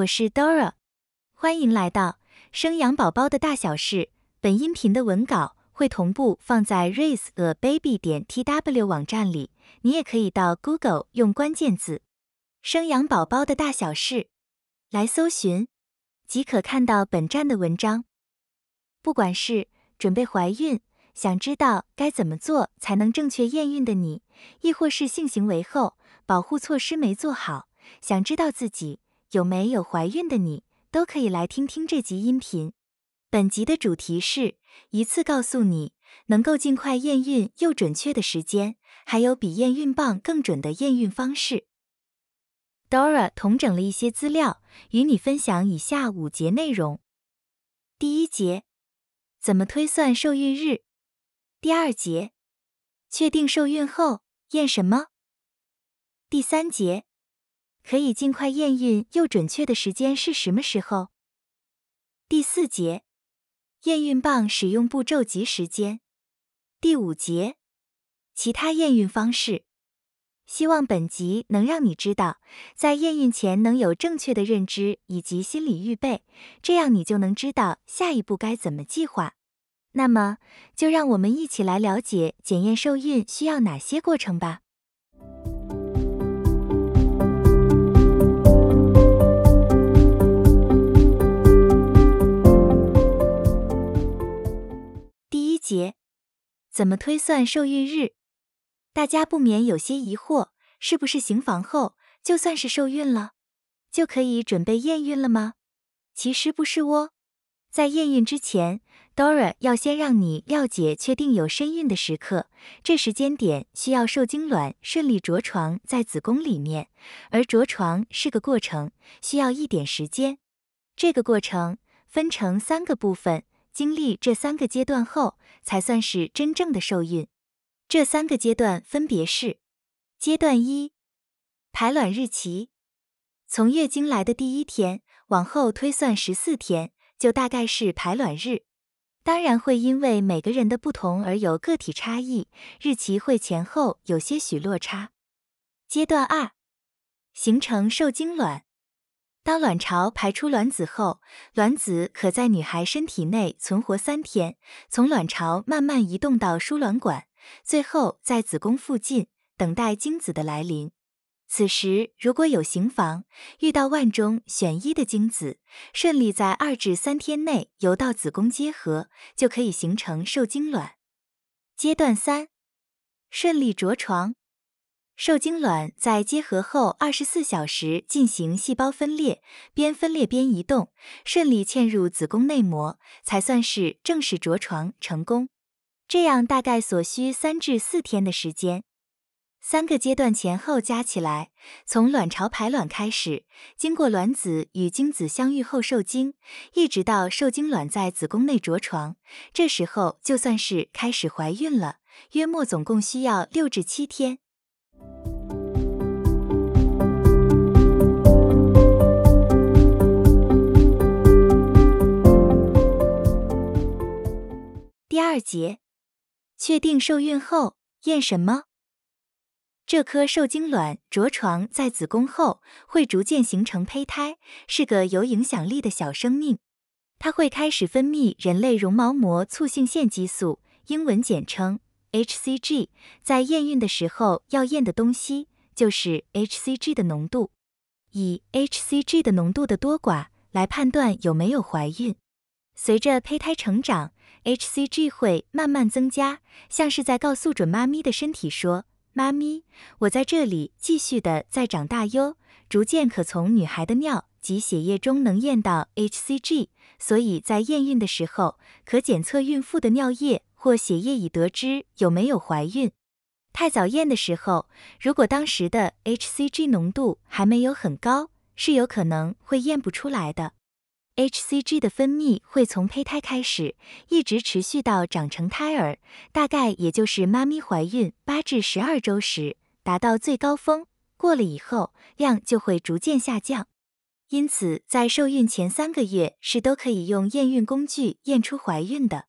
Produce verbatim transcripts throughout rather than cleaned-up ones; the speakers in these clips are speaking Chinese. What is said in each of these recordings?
我是 Dora， 欢迎来到生养宝宝的大小事。本音频的文稿会同步放在 raise a baby 点 t w 网站里，你也可以到 Google 用关键字生养宝宝的大小事来搜寻，即可看到本站的文章。不管是准备怀孕，想知道该怎么做才能正确验孕的你，亦或是性行为后保护措施没做好，想知道自己有没有怀孕的你，都可以来听听这集音频。本集的主题是一次告诉你能够尽快验孕又准确的时间，还有比验孕棒更准的验孕方式。Dora 统整了一些资料，与你分享以下五节内容。第一节，怎么推算受孕日？第二节，确定受孕后验什么？第三节，可以尽快验孕又准确的时间是什么时候？第四节，验孕棒使用步骤及时间。第五节，其他验孕方式。希望本集能让你知道，在验孕前能有正确的认知以及心理预备，这样你就能知道下一步该怎么计划。那么，就让我们一起来了解检验受孕需要哪些过程吧。第一节，怎么推算受孕日？大家不免有些疑惑，是不是行房后就算是受孕了，就可以准备验孕了吗？其实不是哦。在验孕之前 ，Dora 要先让你了解确定有身孕的时刻，这时间点需要受精卵顺利着床在子宫里面，而着床是个过程，需要一点时间。这个过程分成三个部分，经历这三个阶段后，才算是真正的受孕。这三个阶段分别是：阶段一，排卵日期，从月经来的第一天往后推算十四天，就大概是排卵日。当然会因为每个人的不同而有个体差异，日期会前后有些许落差。阶段二，形成受精卵。当卵巢排出卵子后，卵子可在女孩身体内存活三天，从卵巢慢慢移动到输卵管，最后在子宫附近等待精子的来临。此时如果有行房，遇到万中选一的精子，顺利在二至三天内游到子宫结合，就可以形成受精卵。阶段三，顺利着床。受精卵在结合后二十四小时进行细胞分裂，边分裂边移动，顺利嵌入子宫内膜，才算是正式着床成功。这样大概所需三至四天的时间。三个阶段前后加起来，从卵巢排卵开始，经过卵子与精子相遇后受精，一直到受精卵在子宫内着床，这时候就算是开始怀孕了，约莫总共需要六至七天。第二节，确定受孕后验什么？这颗受精卵着床在子宫后，会逐渐形成胚胎，是个有影响力的小生命。它会开始分泌人类绒毛膜促性腺激素，英文简称 H C G。在验孕的时候要验的东西就是 H C G 的浓度，以 H C G 的浓度的多寡来判断有没有怀孕。随着胚胎成长， H C G 会慢慢增加，像是在告诉准妈咪的身体说，妈咪，我在这里继续的在长大哟，逐渐可从女孩的尿及血液中能验到 H C G， 所以在验孕的时候，可检测孕妇的尿液或血液以得知有没有怀孕。太早验的时候，如果当时的 H C G 浓度还没有很高，是有可能会验不出来的。H C G 的分泌会从胚胎开始，一直持续到长成胎儿，大概也就是妈咪怀孕八至十二周时达到最高峰，过了以后量就会逐渐下降。因此，在受孕前三个月是都可以用验孕工具验出怀孕的。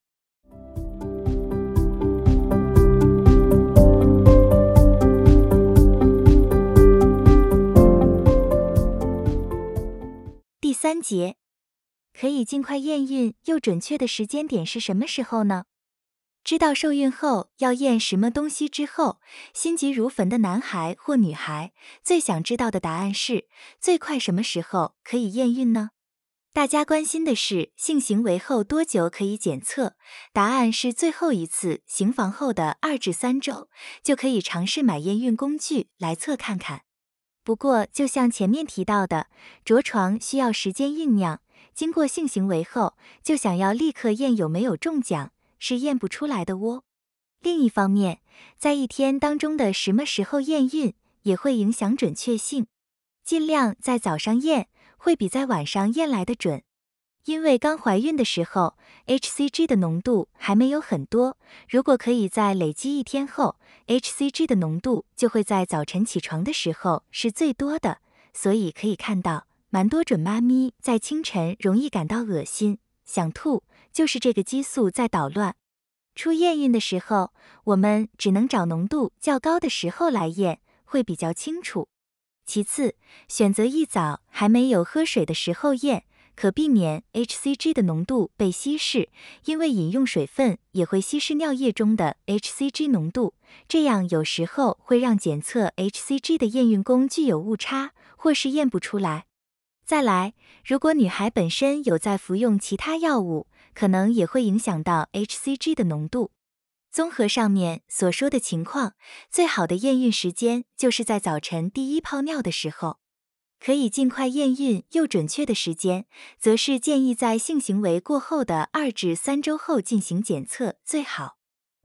第三节，可以尽快验孕又准确的时间点是什么时候呢？知道受孕后要验什么东西之后，心急如焚的男孩或女孩最想知道的答案是：最快什么时候可以验孕呢？大家关心的是性行为后多久可以检测，答案是最后一次行房后的二至三周就可以尝试买验孕工具来测看看。不过，就像前面提到的，着床需要时间酝酿，经过性行为后就想要立刻验有没有中奖，是验不出来的哦。另一方面，在一天当中的什么时候验孕也会影响准确性，尽量在早上验会比在晚上验来的准。因为刚怀孕的时候 H C G 的浓度还没有很多，如果可以在累积一天后， H C G 的浓度就会在早晨起床的时候是最多的，所以可以看到蛮多准妈咪在清晨容易感到恶心、想吐，就是这个激素在捣乱。出验孕的时候，我们只能找浓度较高的时候来验，会比较清楚。其次，选择一早还没有喝水的时候验，可避免 H C G 的浓度被稀释，因为饮用水分也会稀释尿液中的 H C G 浓度，这样有时候会让检测 H C G 的验孕工具有误差，或是验不出来。再来，如果女孩本身有在服用其他药物，可能也会影响到 H C G 的浓度。综合上面所说的情况，最好的验孕时间就是在早晨第一泡尿的时候。可以尽快验孕又准确的时间，则是建议在性行为过后的二至三周后进行检测最好。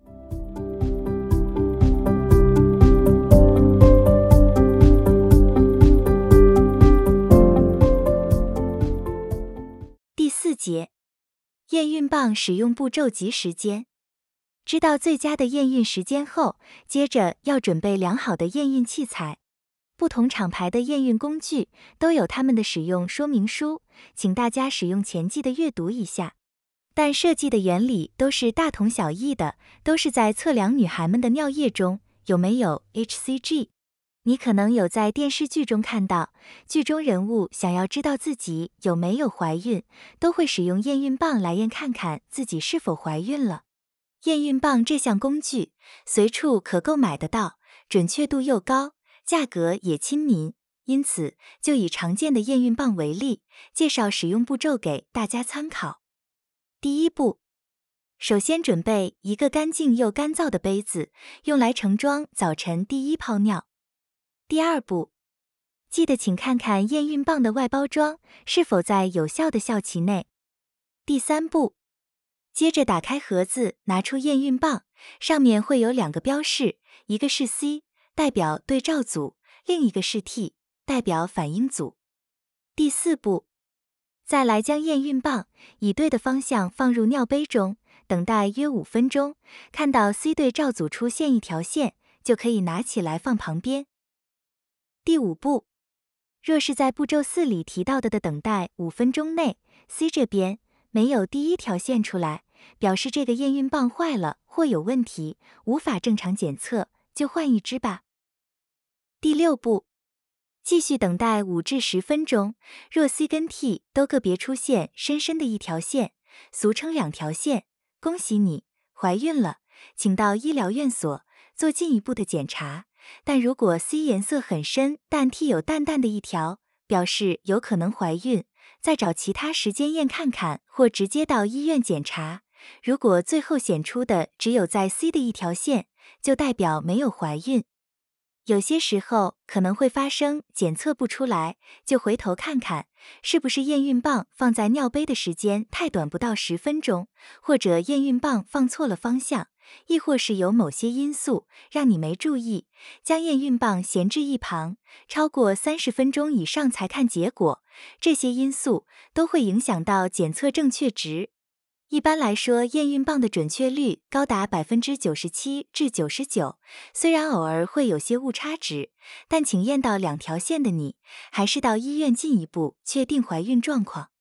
第四节，验孕棒使用步骤及时间。知道最佳的验孕时间后，接着要准备良好的验孕器材。不同厂牌的验孕工具都有它们的使用说明书，请大家使用前记的阅读一下。但设计的原理都是大同小异的，都是在测量女孩们的尿液中有没有 H C G。你可能有在电视剧中看到，剧中人物想要知道自己有没有怀孕，都会使用验孕棒来验看看自己是否怀孕了。验孕棒这项工具随处可购买得到，准确度又高，价格也亲民，因此就以常见的验孕棒为例，介绍使用步骤给大家参考。第一步，首先准备一个干净又干燥的杯子，用来盛装早晨第一泡尿。第二步，记得请看看验孕棒的外包装是否在有效的效期内。第三步，接着打开盒子，拿出验孕棒，上面会有两个标示，一个是 C， 代表对照组，另一个是 T， 代表反应组。第四步，再来将验孕棒以对的方向放入尿杯中，等待约五分钟，看到 C 对照组出现一条线，就可以拿起来放旁边。第五步，若是在步骤四里提到的的等待五分钟内 ，C 这边没有第一条线出来，表示这个验孕棒坏了或有问题，无法正常检测，就换一支吧。第六步，继续等待五至十分钟，若 C 跟 T 都个别出现深深的一条线，俗称两条线，恭喜你怀孕了，请到医疗院所做进一步的检查。但如果 C 颜色很深，但 T 有淡淡的一条，表示有可能怀孕，再找其他时间验看看，或直接到医院检查。如果最后显出的只有在 C 的一条线，就代表没有怀孕。有些时候可能会发生检测不出来，就回头看看是不是验孕棒放在尿杯的时间太短，不到十分钟，或者验孕棒放错了方向，亦或是有某些因素让你没注意，将验孕棒闲置一旁，超过三十分钟以上才看结果，这些因素都会影响到检测正确值。一般来说，验孕棒的准确率高达 百分之九十七 至 九十九， 虽然偶尔会有些误差值，但请验到两条线的你，还是到医院进一步确定怀孕状况。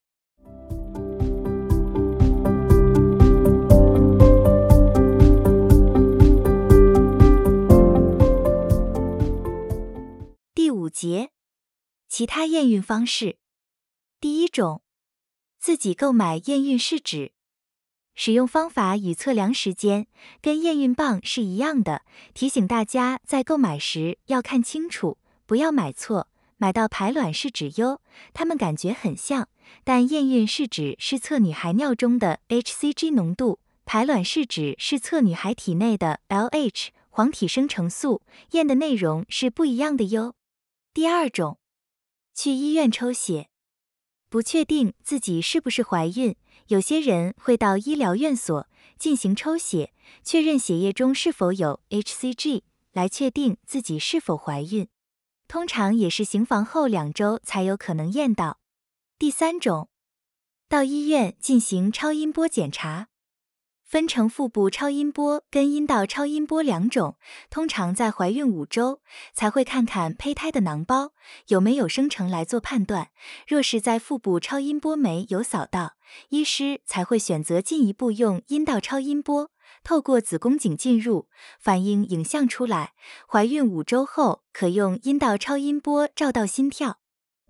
第五节，其他验孕方式。 第一种，自己购买验孕试纸。使用方法与测量时间跟验孕棒是一样的，提醒大家在购买时要看清楚，不要买错，买到排卵试纸哟，它们感觉很像，但验孕试纸是测女孩尿中的 H C G 浓度，排卵试纸是测女孩体内的 L H 黄体生成素，验的内容是不一样的哟。第二种，去医院抽血。不确定自己是不是怀孕，有些人会到医疗院所进行抽血，确认血液中是否有 H C G， 来确定自己是否怀孕。通常也是行房后两周才有可能验到。第三种，到医院进行超音波检查。分成腹部超音波跟阴道超音波两种，通常在怀孕五周才会看看胚胎的囊包有没有生成来做判断，若是在腹部超音波没有扫到，医师才会选择进一步用阴道超音波，透过子宫颈进入，反映影像出来，怀孕五周后可用阴道超音波照到心跳。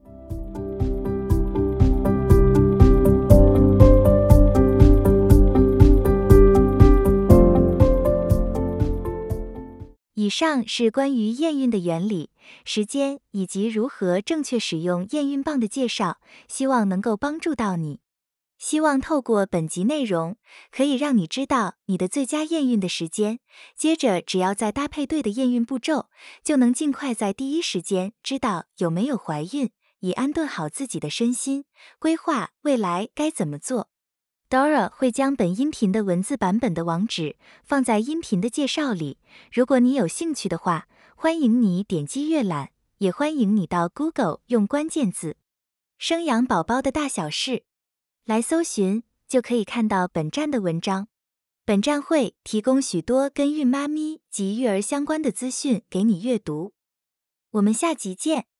以上是关于验孕的原理、时间以及如何正确使用验孕棒的介绍，希望能够帮助到你。希望透过本集内容，可以让你知道你的最佳验孕的时间，接着只要再搭配对的验孕步骤，就能尽快在第一时间知道有没有怀孕，以安顿好自己的身心，规划未来该怎么做。Dora 会将本音频的文字版本的网址放在音频的介绍里，如果你有兴趣的话，欢迎你点击阅览，也欢迎你到 Google 用关键字“生养宝宝的大小事”来搜寻，就可以看到本站的文章。本站会提供许多跟孕妈咪及育儿相关的资讯给你阅读。我们下集见。